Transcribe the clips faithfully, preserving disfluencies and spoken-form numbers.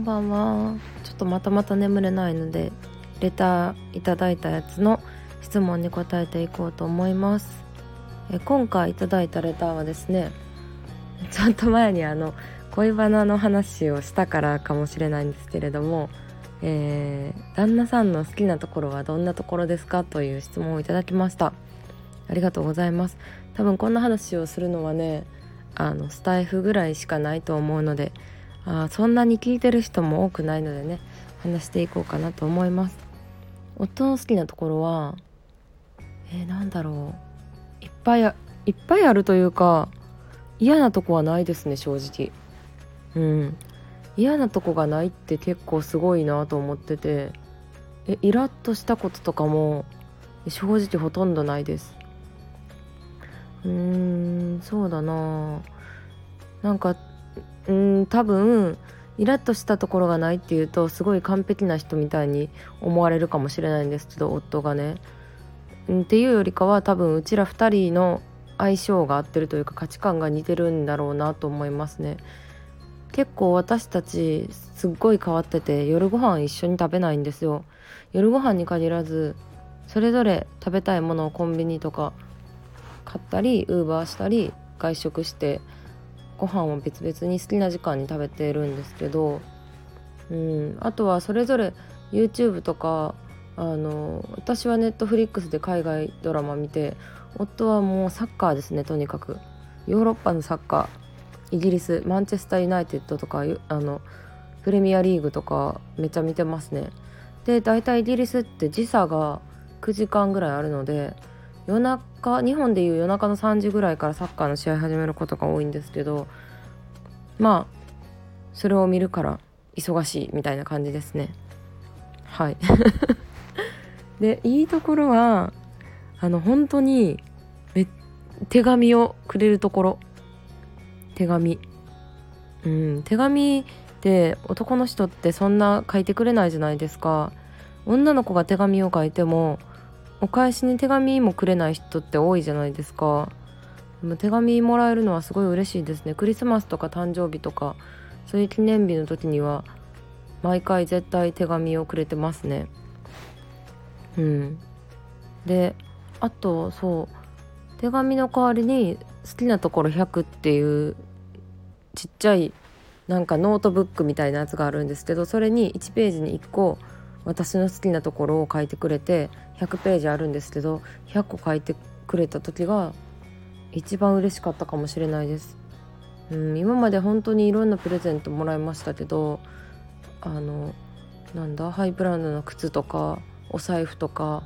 んばんは。ちょっとまたまた眠れないのでレターいただいたやつの質問に答えていこうと思います。え今回いただいたレターはですね、ちょっと前にあの恋バナの話をしたからかもしれないんですけれども、えー、旦那さんの好きなところはどんなところですかという質問をいただきました。ありがとうございます。多分こんな話をするのはね、あのスタイフぐらいしかないと思うので、あそんなに聞いてる人も多くないのでね、話していこうかなと思います。夫の好きなところはえー、なんだろういっぱいあいっぱいあるというか、嫌なとこはないですね、正直。うん嫌なとこがないって結構すごいなと思ってて、えイラッとしたこととかも正直ほとんどないです。うーんそうだな、なんかうーん多分イラッとしたところがないっていうとすごい完璧な人みたいに思われるかもしれないんですけど、夫がね、うんっていうよりかは多分うちらふたりの相性が合ってるというか価値観が似てるんだろうなと思いますね。結構私たちすっごい変わってて、夜ご飯一緒に食べないんですよ。夜ご飯に限らずそれぞれ食べたいものをコンビニとか買ったりウーバーしたり外食してご飯を別々に好きな時間に食べてるんですけど、うん、あとはそれぞれ YouTube とか、あの私は Netflix で海外ドラマ見て、夫はもうサッカーですね。とにかくヨーロッパのサッカー、イギリスマンチェスターユナイテッドとかあのプレミアリーグとかめっちゃ見てますね。でだいたいイギリスって時差がくじかんぐらいあるので、夜中日本でいう夜中のさんじぐらいからサッカーの試合始めることが多いんですけど、まあそれを見るから忙しいみたいな感じですね。はいでいいところはあの本当にめ手紙をくれるところ。手紙うん手紙って男の人ってそんな書いてくれないじゃないですか。女の子が手紙を書いてもお返しに手紙もくれない人って多いじゃないですか。でも手紙もらえるのはすごい嬉しいですね。クリスマスとか誕生日とかそういう記念日の時には毎回絶対手紙をくれてますね。うんであとそう手紙の代わりに好きなところひゃくっていうちっちゃいなんかノートブックみたいなやつがあるんですけど、それにいちページにいっこ私の好きなところを書いてくれて、ひゃくページあるんですけどひゃっこ書いてくれた時が一番嬉しかったかもしれないです。うん、今まで本当にいろんなプレゼントもらいましたけど、あのなんだハイブランドの靴とかお財布とか、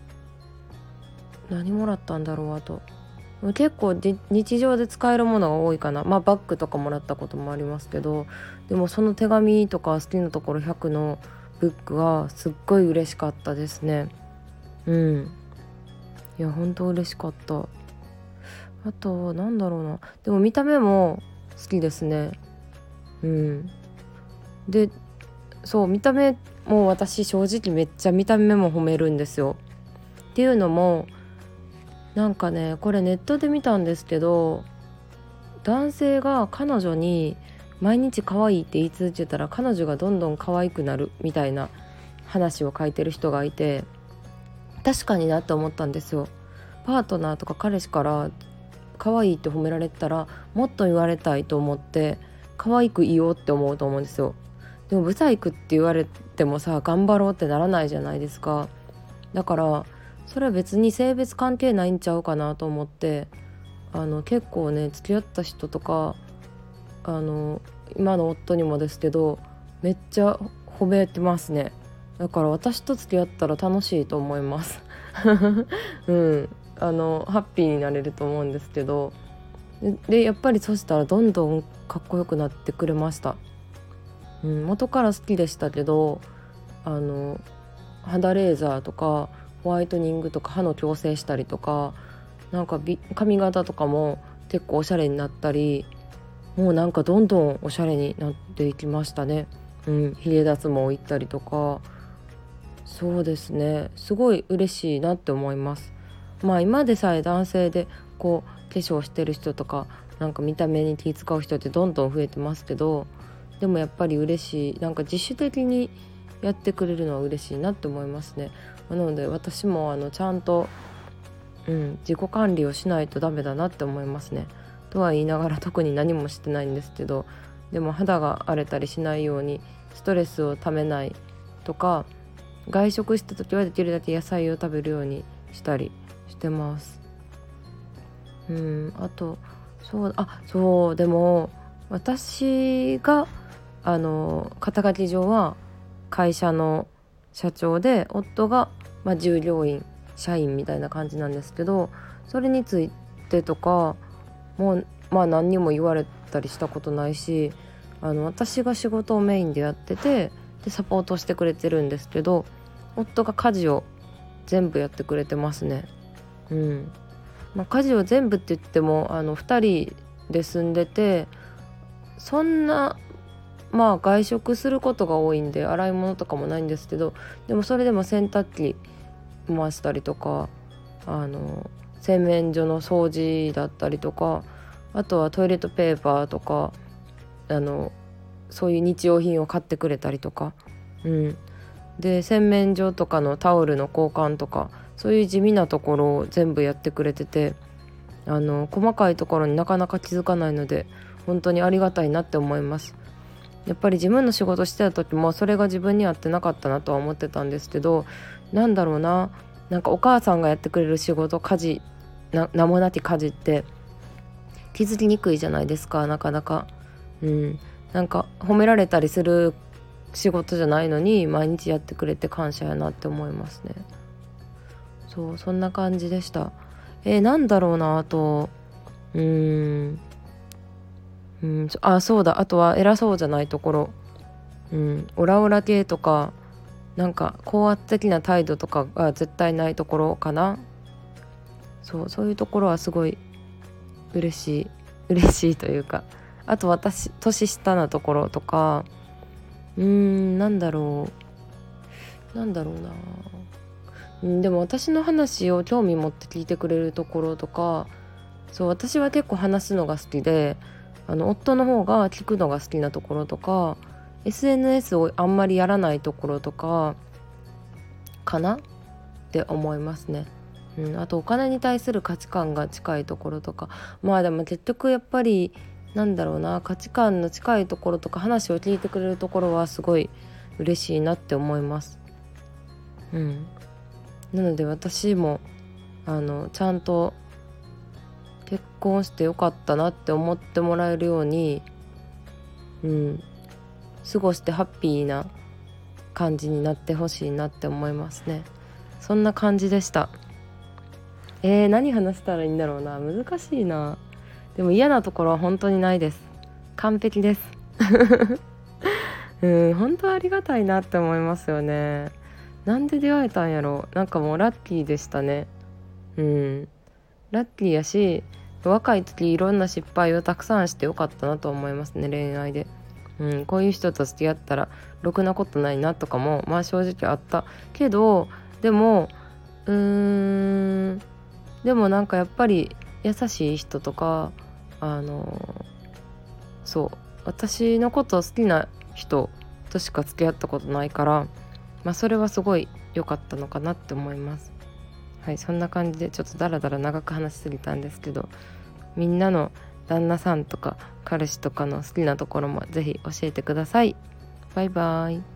何もらったんだろう。あと結構日常で使えるものが多いかな。まあバッグとかもらったこともありますけど、でもその手紙とか好きなところひゃくのブックがすっごい嬉しかったですね。うんいや本当嬉しかった。あとなんだろうな、でも見た目も好きですね。うんでそう見た目も私正直めっちゃ見た目も褒めるんですよ。っていうのもなんかね、これネットで見たんですけど、男性が彼女に毎日可愛いって言い続けたら彼女がどんどん可愛くなるみたいな話を書いてる人がいて、確かになって思ったんですよ。パートナーとか彼氏から可愛いって褒められたらもっと言われたいと思って可愛くいようって思うと思うんですよ。でもブサイクって言われてもさ、頑張ろうってならないじゃないですか。だからそれは別に性別関係ないんちゃうかなと思って、あの結構ね付き合った人とか、あの今の夫にもですけどめっちゃ褒めてますね。だから私と付き合ったら楽しいと思いますうんあのハッピーになれると思うんですけど、で, でやっぱりそしたらどんどんかっこよくなってくれました。うん、元から好きでしたけど、あの肌レーザーとかホワイトニングとか歯の矯正したりとか、なんか美髪型とかも結構おしゃれになったり、もうなんかどんどんおしゃれになっていきましたね。うん、ヒゲ脱毛行ったりとか、そうですね、すごい嬉しいなって思います。まあ今でさえ男性でこう化粧してる人とかなんか見た目に気使う人ってどんどん増えてますけど、 でもやっぱり嬉しい、なんか自主的にやってくれるのは嬉しいなって思いますね。なので私もあのちゃんと、うん、自己管理をしないとダメだなって思いますね。とは言いながら特に何もしてないんですけど、でも肌が荒れたりしないようにストレスをためないとか、外食した時はできるだけ野菜を食べるようにしたりしてます。うん、あとそうあそうでも私があの肩書き上は会社の社長で、夫が、まあ、従業員社員みたいな感じなんですけど、それについてとかもうまあ何にも言われたりしたことないし、あの私が仕事をメインでやってて、でサポートしてくれてるんですけど、夫が家事を全部やってくれてますね。うん、まあ、家事を全部って言ってもあのふたりで住んでて、そんなまあ外食することが多いんで洗い物とかもないんですけど、でもそれでも洗濯機回したりとか、あの洗面所の掃除だったりとか、あとはトイレットペーパーとか、あのそういう日用品を買ってくれたりとか、うん、で洗面所とかのタオルの交換とか、そういう地味なところを全部やってくれてて、あの細かいところになかなか気づかないので本当にありがたいなって思います。やっぱり自分の仕事してた時もそれが自分に合ってなかったなとは思ってたんですけど、なんだろうな、なんかお母さんがやってくれる仕事、家事な名もなき家事って気づきにくいじゃないですか、なかなか。うん、なんか褒められたりする仕事じゃないのに毎日やってくれて感謝やなって思いますね。そうそんな感じでした。えー、なんだろうな、あとうーんうんあそうだあとは偉そうじゃないところ、うん、オラオラ系とか、なんか高圧的な態度とかが絶対ないところかな。そうそういうところはすごい嬉しい嬉しいというか、あと私年下なところとか、うーんなんだろうなんだろうな、うん、でも私の話を興味持って聞いてくれるところとか、そう私は結構話すのが好きで、あの夫の方が聞くのが好きなところとか、 エスエヌエス をあんまりやらないところとかかなって思いますね。うん、あとお金に対する価値観が近いところとか、まあでも結局やっぱりなんだろうな、価値観の近いところとか話を聞いてくれるところはすごい嬉しいなって思います。うん、なので私もあのちゃんと結婚してよかったなって思ってもらえるように、うん、過ごしてハッピーな感じになってほしいなって思いますね。そんな感じでした。えー、何話したらいいんだろうな、難しいな。でも嫌なところは本当にないです。完璧ですうん本当ありがたいなって思いますよね。なんで出会えたんやろ、なんかもうラッキーでしたね。うんラッキーやし、若い時いろんな失敗をたくさんしてよかったなと思いますね、恋愛で。うん、こういう人と付き合ったらろくなことないなとかもまあ正直あったけど、でもうーんでもなんかやっぱり優しい人とか、あのそう私のことを好きな人としか付き合ったことないから、まあそれはすごい良かったのかなって思います。はい、そんな感じでちょっとダラダラ長く話しすぎたんですけど、みんなの旦那さんとか彼氏とかの好きなところもぜひ教えてください。バイバイ。